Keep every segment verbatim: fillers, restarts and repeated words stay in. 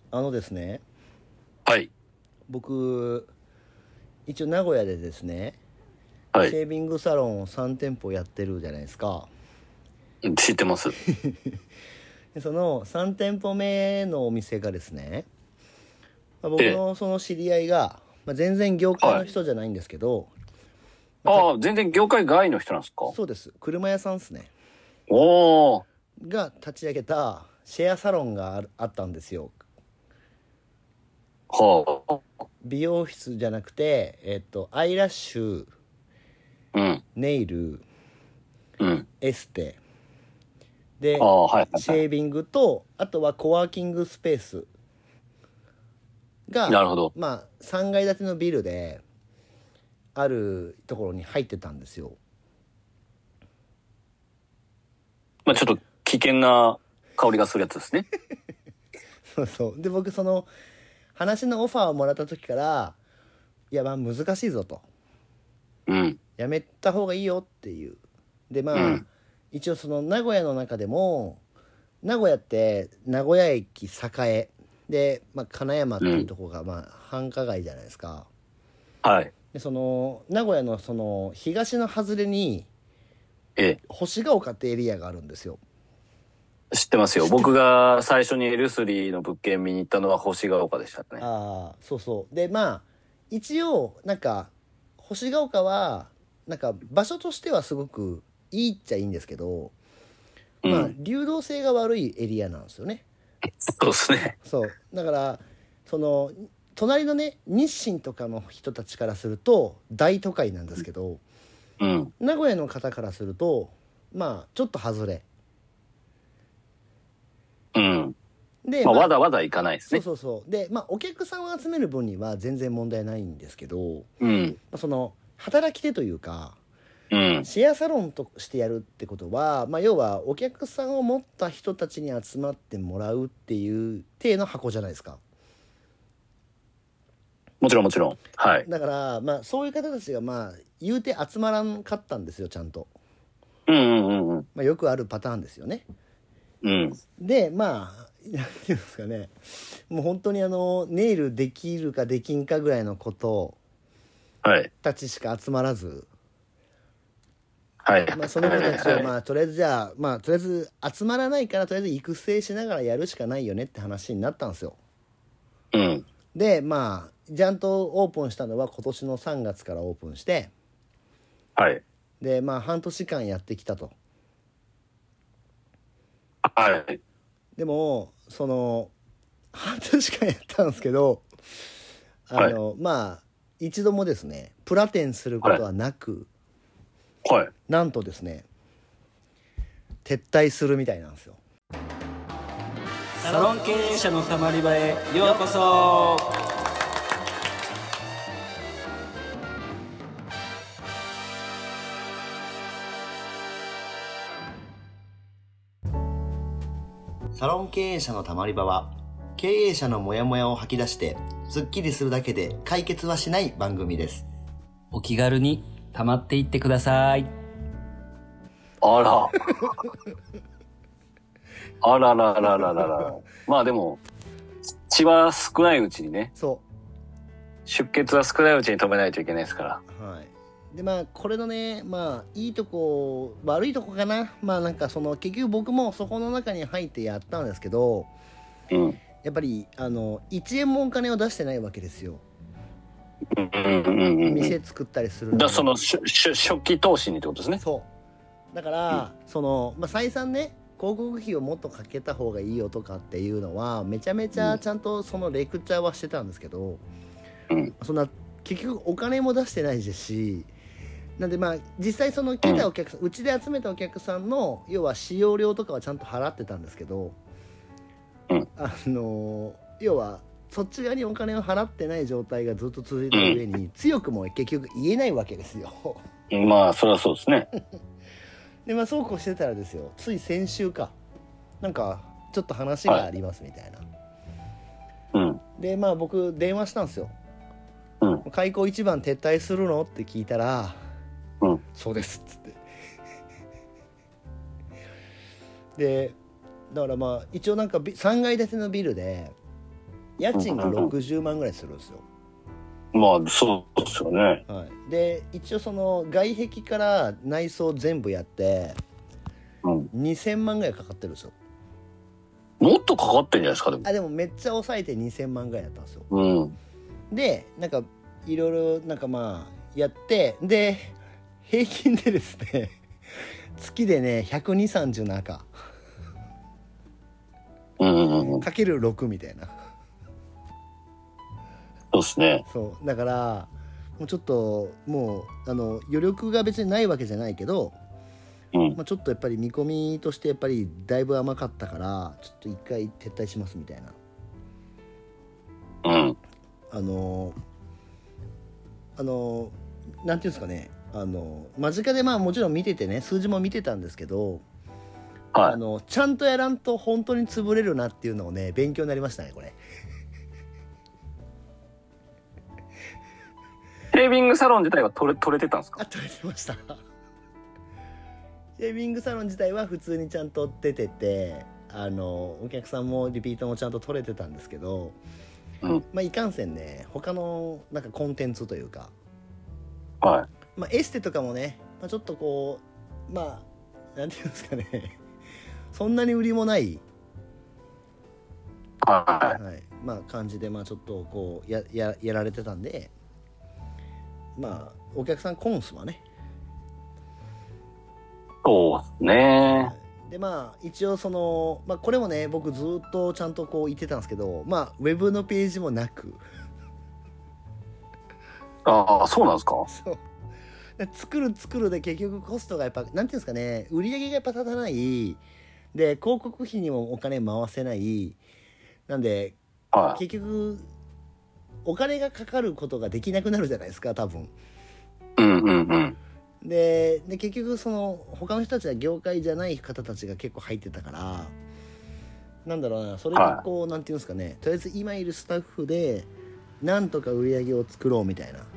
あのですね、 はい。 僕一応名古屋でですね、 はい。 シェービングサロンをさん店舗やってるじゃないですか。 知ってます。 でそのさん店舗目のお店がですね、まあ、僕ええ。 のその知り合いが、まあ、全然業界のはい。 人じゃないんですけど、まあ、たああ、全然業界外の人なんですか？ そうです、車屋さんですねおー。 が立ち上げたシェアサロンがあるあったんですよ。 はあ。 美容室じゃなくて、えっと、アイラッシュ、 うん。 ネイル、 うん。 エステでああ、はいはいはい。 シェービングと、あとはコワーキングスペースが、 なるほど。 まあさんがい建てのビルであるところに入ってたんですよ。 まあちょっと危険な香りがするやつですね。 そうそうで僕その話のオファーをもらった時から、いやまあ難しいぞと、 うん。 やめた方がいいよっていう。でまあ、 うん。 一応その名古屋の中でも、名古屋って名古屋駅栄で、まあ、金山っていうところがまあ繁華街じゃないですか。 はい。 でその名古屋のその東の外れにええ。 星ヶ丘ってエリアがあるんですよ。 知ってますよ。僕が最初にルスリーの物件見に行ったのは星ヶ丘でしたね。 ああそうそうでまあ一応なんか星ヶ丘はなんか場所としてはすごくいいっちゃいいんですけど、 うん。 まあ流動性が悪いエリアなんですよね。 そうですね。 そうだからその隣のね日清とかの人たちからすると大都会なんですけど、 うん。 名古屋の方からするとまあちょっと外れうん。 で、 まあ、 まあわざわざ行かないですね。 そうそうそうでまあお客さんを集める分には全然問題ないんですけど、 うん。 まあ、その働き手というかうん。 シェアサロンとしてやるってことは、まあ、要はお客さんを持った人たちに集まってもらうっていう体の箱じゃないですか。 もちろんもちろん。はい。 だから、まあ、そういう方たちがまあ言うて集まらんかったんですよちゃんと、 うんうんうんうん。 まあ、よくあるパターンですよね。 うん。 でまあなんていうんですかね、もう本当にあのネイルできるかできんかぐらいのことはい。 たちしか集まらず、 はい。 まあ、その子たちをまあ、 あとりあえずじゃあまあとりあえず集まらないからとりあえず育成しながらやるしかないよねって話になったんですよ。 うん。 でまあちゃんとオープンしたのは今年のさんがつからオープンして、 はい。 でまあ半年間やってきたと。 はい。 でもその半年間やったんですけど、あはい。 のまあ一度もですねプラテンすることはなく、 はい。 なんとですね撤退するみたいなんですよ。 サロン経営者のたまり場へようこそ。 サロン経営者のたまり場は、経営者のモヤモヤを吐き出してスッキリするだけで解決はしない番組です。 お気軽にたまっていってください。 あら。あらららららら。まあでも、血は少ないうちにね、 そ出血は少ないうちに止めないといけないですから。 うはいでまあこれのねまあいいとこ悪いとこかな、まあなんかその結局僕もそこの中に入ってやったんですけど、 うん。 やっぱりあのいちえんもお金を出してないわけですよ。 うんうんうんうん。 店作ったりするのに。 だその初初初期投資にってことですね。 そうだから、うん、そのまあ再三ね広告費をもっとかけた方がいいよとかっていうのはめちゃめちゃちゃんとそのレクチャーはしてたんですけど、 うん、 そんな結局お金も出してないですし、なんでまあ実際その来たお客さん、うちで集めたお客さんの要は使用料とかはちゃんと払ってたんですけど、 うん、 あの要はそっち側にお金を払ってない状態がずっと続いてる上に、うん、強くも結局言えないわけですよ。 まあそれはそうですね。 でまあそうこうしてたらですよ、つい先週かなんかちょっと話がありますみたいな、 はい、うん、でまあ僕電話したんですよ、うん、開口一番撤退するのって聞いたら、うん、そうですっつってでだからまあ一応なんかさんがい建てのビルで家賃がろくじゅうまんぐらいするんですよ。 まあそうですよね。 はい、で一応その外壁から内装全部やって、うん、にせんまんぐらいかかってるんですよ。 もっとかかってんじゃないですか。でもあでもめっちゃ抑えてにせんまんぐらいだったんですよ。 うん、 でなんかいろいろなんかまあやってで平均でですね月でねひゃくにじゅう、さんじゅうの赤、 うんうんうん、 かけるろくみたいな。 そうですね。 そうだからもうちょっともうあの余力が別にないわけじゃないけど、うんまあ、ちょっとやっぱり見込みとしてやっぱりだいぶ甘かったからちょっと一回撤退しますみたいな。 うん。 あのあのなんていうんですかね、あの間近でまあもちろん見ててね数字も見てたんですけど、はい、あのちゃんとやらんと本当に潰れるなっていうのをね勉強になりましたねこれ。 シェービングサロン自体は取れ、取れてたんですか？ あ、取れてました。シェービングサロン自体は普通にちゃんと出てて、あのお客さんもリピートもちゃんと取れてたんですけど、うん、まあいかんせんね他のなんかコンテンツというか、 はい、 まあエステとかもね、まあ、ちょっとこうまあなんていうんですかねそんなに売りもない、 はい、 はい、まあ感じでまあちょっとこうやややられてたんで。まあお客さんコンスはね。 そうですね。 でまあ一応そのまあこれもね僕ずっとちゃんとこう言ってたんですけど、まあウェブのページもなく。 ああそうなんですか。 そう。作る作るで結局コストがやっぱなんていうんですかね、売り上げがやっぱ立たない。で広告費にもお金回せない。なんで、はい、結局。お金がかかることができなくなるじゃないですか多分。 うんうんうん。 で, で結局その他の人たちは業界じゃない方たちが結構入ってたからなんだろうなそれがこう、はい、なんていうんですかねとりあえず今いるスタッフでなんとか売り上げを作ろうみたいな。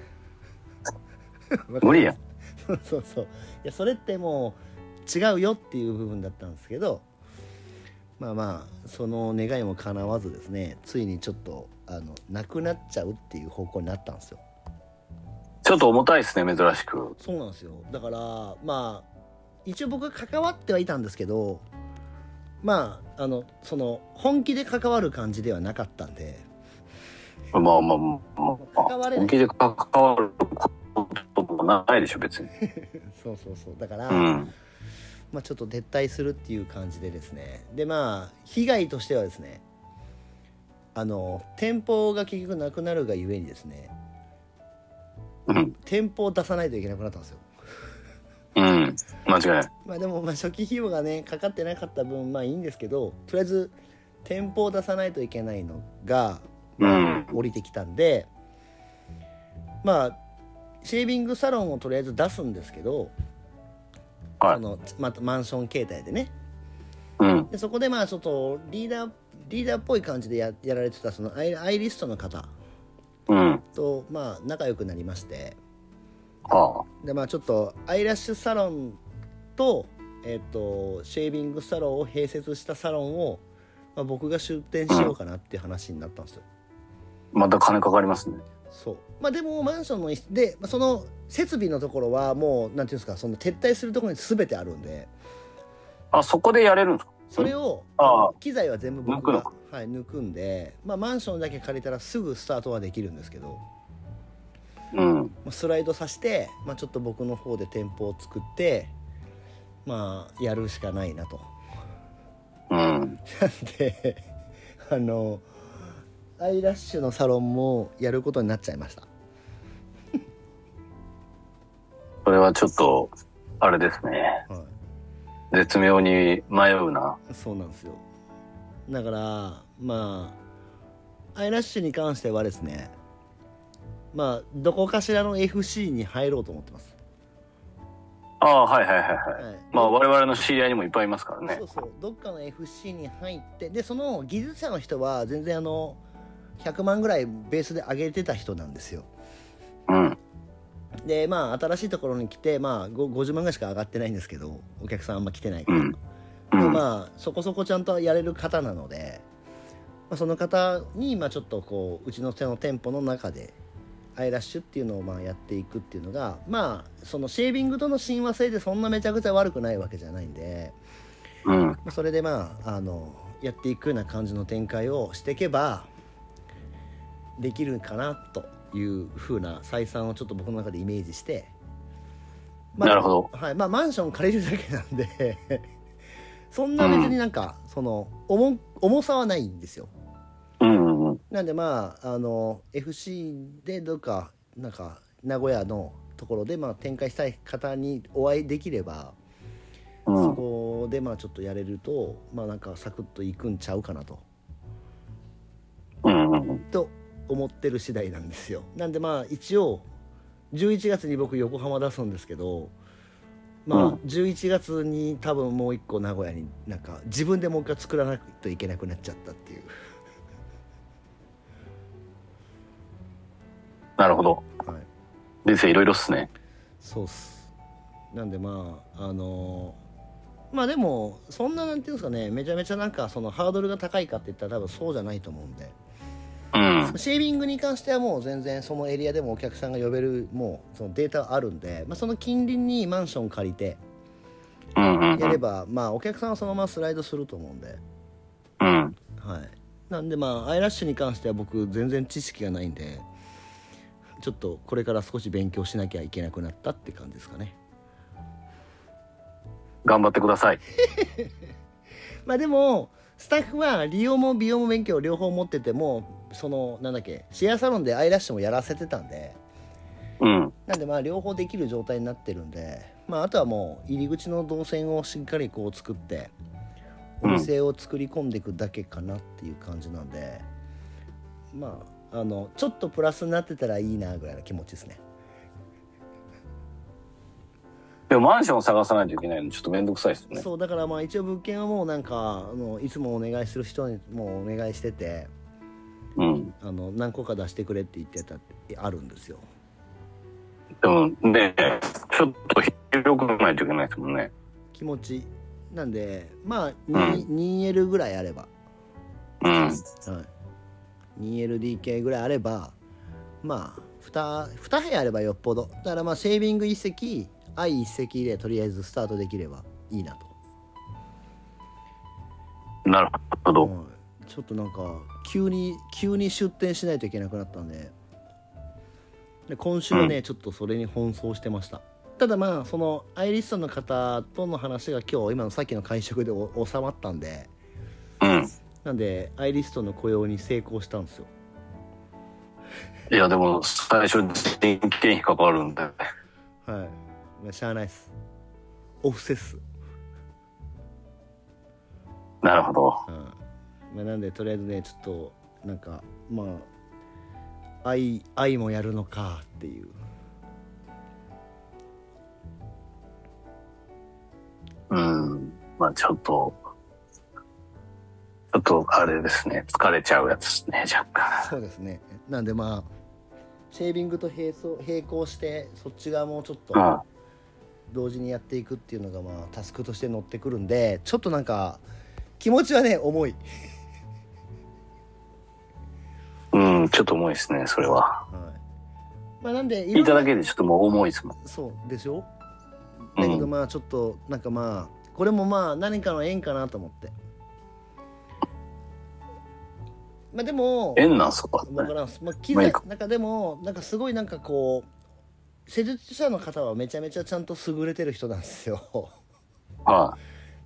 無理やん。 そうそうそういやそれってもう違うよっていう部分だったんですけどまあまあその願いも叶わずですねついにちょっとあのなくなっちゃうっていう方向になったんですよ。 ちょっと重たいですね珍しく。 そうなんですよ。だからまあ一応僕が関わってはいたんですけどまああのその本気で関わる感じではなかったんでまあまあまあ、まあ、関われない本気で関わることもないでしょ別に。 そうそうそうだから、 うんまあ、ちょっと撤退するっていう感じでですねでまあ被害としてはですねあの店舗が結局なくなるがゆえにですね、 うん、 店舗を出さないといけなくなったんですよ。 うん間違いない。 まあでもまあ初期費用がねかかってなかった分まあいいんですけどとりあえず店舗を出さないといけないのが、まあうん、降りてきたんでまあシェービングサロンをとりあえず出すんですけど、はい、そのまたマンション形態でね、 うん、 でそこでまあちょっとリーダーリーダーっぽい感じで や, やられてたそのアイ, アイリストの方と、うん、まあ仲良くなりまして、 はあ、でまあちょっとアイラッシュサロンとえっ、ー、とシェービングサロンを併設したサロンを、まあ、僕が出店しようかなっていう話になったんですよ。 うん、また金かかりますね。 そうまあでもマンションのでその設備のところはもうなんていうんですかその撤退するところに全てあるんで。 あそこでやれるんですか。 それをあ機材は全部僕が抜く、はい、抜くんで、まあ、マンションだけ借りたらすぐスタートはできるんですけど、 うん、 スライドさせて、まあ、ちょっと僕の方で店舗を作ってまあやるしかないなと、 うん、 なんであのアイラッシュのサロンもやることになっちゃいました。 それはちょっとあれですね、はい、絶妙に迷うな。 そうなんですよ。だからまあアイラッシュに関してはですねまあどこかしらの エフシー に入ろうと思ってます。 ああはいはいはいはい、はい、まあ我々の知り合いにもいっぱいいますからね。 そうそうどっかの エフシー に入ってでその技術者の人は全然あのひゃくまんぐらいベースで上げてた人なんですよ。 うんでまあ新しいところに来てまあごじゅうまんぐらいしか上がってないんですけどお客さんあんま来てないから、うんうん、まあそこそこちゃんとやれる方なのであ、その方にまあちょっとこううちの手の店舗の中でアイラッシュっていうのをまあやっていくっていうのが、まあそのシェービングとの親和性でそんなめちゃくちゃ悪くないわけじゃないんで、 うん、 それでまああのやっていくような感じの展開をしていけばできるかなという風な採算をちょっと僕の中でイメージして、まあ、 なるほど、 はい、まあマンション借りるだけなんでそんな別になんか、うん、その 重, 重さはないんですよ。 うんうん、 なんでまああの エフシー でどうかなんか名古屋のところでまあ展開したい方にお会いできれば、うん、そこでまあちょっとやれるとまあなんかサクッといくんちゃうかなと、 うんうん、 と思ってる次第なんですよ。なんでまあ一応じゅういちがつに僕横浜出すんですけど、まあじゅういちがつに多分もう一個名古屋になんか自分でもう一回作らないといけなくなっちゃったっていう。 なるほど、 はい、 人生いろいろっすね。 そうっす。なんでまああのー、まあでもそんななんていうんですかね、めちゃめちゃなんかそのハードルが高いかって言ったら多分そうじゃないと思うんで、うん、シェービングに関してはもう全然そのエリアでもお客さんが呼べるもうそのデータはあるんで、まあ、その近隣にマンション借りてやれば、まあお客さんはそのままスライドすると思うんで、 うん、 はい。なんでまあアイラッシュに関しては僕全然知識がないんで、ちょっとこれから少し勉強しなきゃいけなくなったって感じですかね。 頑張ってください。 まあでもスタッフは利用も美容も勉強両方持ってても、そのなんだっけシェアサロンでアイラッシュもやらせてたんで、 うん、 なんでまあ両方できる状態になってるんで、まああとはもう入り口の動線をしっかりこう作ってお店を作り込んでいくだけかなっていう感じなんで、うん、まああのちょっとプラスになってたらいいなぐらいの気持ちですね。 でもマンションを探さないといけないのちょっとめんどくさいですよね。 そうだからまあ一応物件はもうなんかあのいつもお願いする人にもうお願いしてて、 うん、 あの何個か出してくれって言ってたってあるんですよ。 でもねちょっと広くないといけないですもんね。 気持ちなんでまあ に,、うん、にエル ぐらいあれば、 うん、はい、 にエルディーケー ぐらいあればまあ 2, 2部屋あればよっぽどだからまあシェービング一席愛一席でとりあえずスタートできればいいなと。 なるほど、うん、 ちょっとなんか急に急に出店しないといけなくなったんで、で今週はね、うん、ちょっとそれに奔走してました。ただまあそのアイリストの方との話が今日今のさっきの会食で収まったんで、 うん、 なんでアイリストの雇用に成功したんですよ。 いやでも最初人件費かかるんで、はい 、しゃあないっす。オフセっす。 なるほど、 うん、まあ、なんでとりあえずねちょっとなんかまあ愛愛もやるのかっていう。 うん、まあちょっとちょっとあれですね、疲れちゃうやつですね若干。 そうですね。なんでまあシェービングと並走並行してそっち側もちょっと同時にやっていくっていうのがまあタスクとして乗ってくるんで、ちょっとなんか気持ちはね重い。 うん、ちょっと重いですねそれは。はい、 まあなんで聞いただけでちょっともう重いですもん。 そうでしょ。だけどまあちょっとなんかまあこれもまあ何かの縁かなと思って。まあでも縁なんすか。 わからんす。まあ機材なんかでもなんかすごいなんかこう施術者の方はめちゃめちゃちゃんと優れてる人なんですよ。 はい。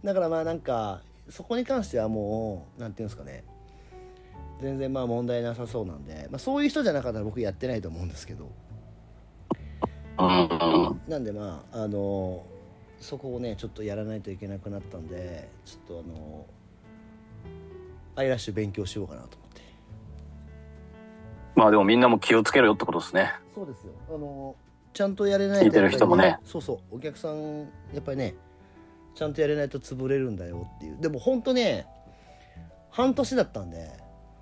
だからまあなんかそこに関してはもうなんていうんですかね。全然まあ問題なさそうなんで、まあそういう人じゃなかったら僕やってないと思うんですけど。 うん、 なんでまああのそこをねちょっとやらないといけなくなったんで、ちょっとあのアイラッシュ勉強しようかなと思って。 まあでもみんなも気をつけろよってことですね。 そうですよ。あのちゃんとやれないと、 聞いてる人もね。 そうそう、お客さんやっぱりねちゃんとやれないと潰れるんだよっていう。でも本当ね半年だったんで。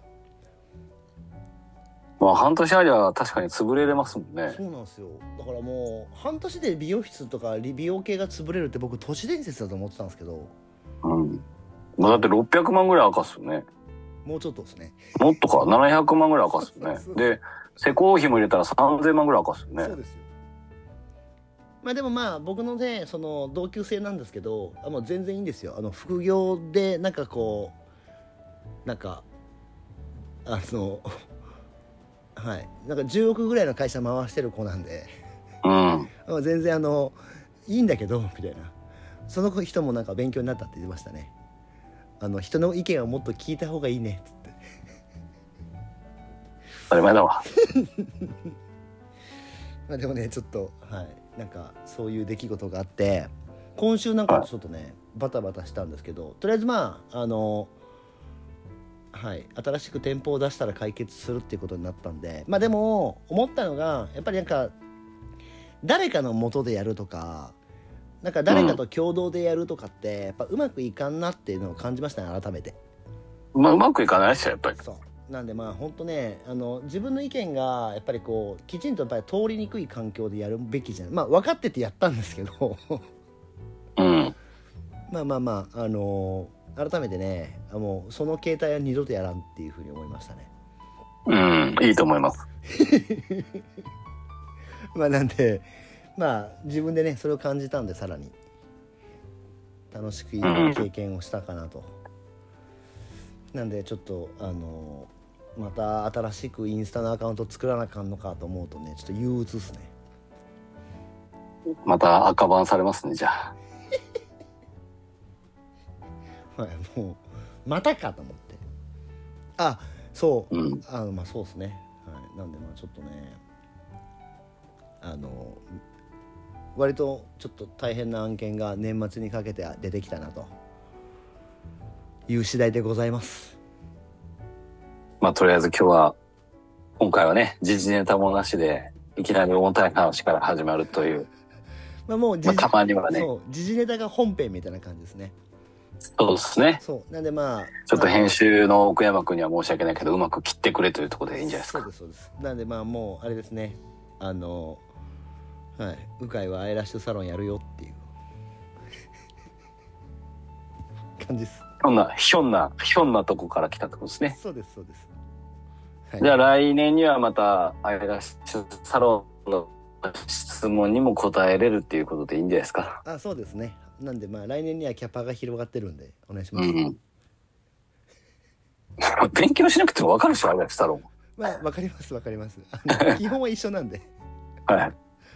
まあ半年ありゃ確かに潰れれますもんね。 そうなんですよ。だからもう半年で美容室とか美容系が潰れるって僕都市伝説だと思ってたんですけど。 うん。まあ、だってろっぴゃくまんぐらい赤っすよね。 もうちょっとですね。 もっとか、ななひゃくまんぐらい赤っすよね。 そうそうで、施工費も入れたらさんぜんまんぐらい赤っすよね。 そうですよ。まあでもまあ僕のねその同級生なんですけど、あもう全然いいんですよ。あの副業でなんかこうなんかあのはいなんかじゅうおくぐらいの会社回してる子なんで、 うん、 全然あのいいんだけどみたいな。その人もなんか勉強になったって言ってましたね。あの人の意見をもっと聞いた方がいいねっつって。 当たり前だわ。 まあでもねちょっとはいなんかそういう出来事があって、今週なんかちょっとね、はい、バタバタしたんですけど、とりあえずまああのはい新しく店舗を出したら解決するっていうことになったんで、まあでも思ったのがやっぱりなんか誰かの元でやるとかなんか誰かと共同でやるとかってやっぱうまくいかんなっていうのを感じましたね、改めて。 まあうまくいかないですよやっぱり。 そうなんでまあ本当ねあの自分の意見がやっぱりこうきちんとやっぱり通りにくい環境でやるべきじゃない。まあ分かっててやったんですけどうん、 まあまあまああのー、改めてねもうその形態は二度とやらんっていうふうに思いましたね。 うんいいと思います。 まあなんでまあ自分でねそれを感じたんでさらに楽しくいい経験をしたかなと、うん、なんでちょっとあのーまた新しくインスタのアカウント作らなあかんのかと思うとねちょっと憂鬱ですね。 また赤バンされますねじゃあ。 はいもうまたかと思って、あそう、 うん、 あのまあそうですね、はい、なんでまあちょっとねあの割とちょっと大変な案件が年末にかけて出てきたなという次第でございます。 まあとりあえず今日は今回はね時事ネタもなしでいきなり重たい話から始まるという、 まあもう時事、 まあ、たまにはねそう時事ネタが本編みたいな感じですね。 そうですね。 そうなんでまあちょっと編集の奥山君には申し訳ないけどうまく切ってくれというところでいいんじゃないですか。 そうですそうです。なんでまあもうあれですねあのはい鵜飼はアイラッシュサロンやるよっていう感じです。 ひょんなひょんなひょんなとこから来たってことですね。 そうですそうです、 はい、じゃあ来年にはまたアイラッシュサロンの質問にも答えれるっていうことでいいんじゃないですか。 あそうですね。なんでまあ来年にはキャパが広がってるんでお願いします。 うん、勉強しなくても分かるでしょアイラッシュサロン。 まあ分かります分かります。あの基本は一緒なんで。 はい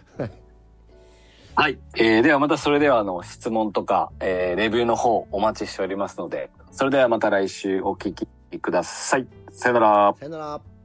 はい、えー、ではまたそれではあの質問とか、えー、レビューの方お待ちしておりますので、それではまた来週お聞きください。さよなら。 さよなら。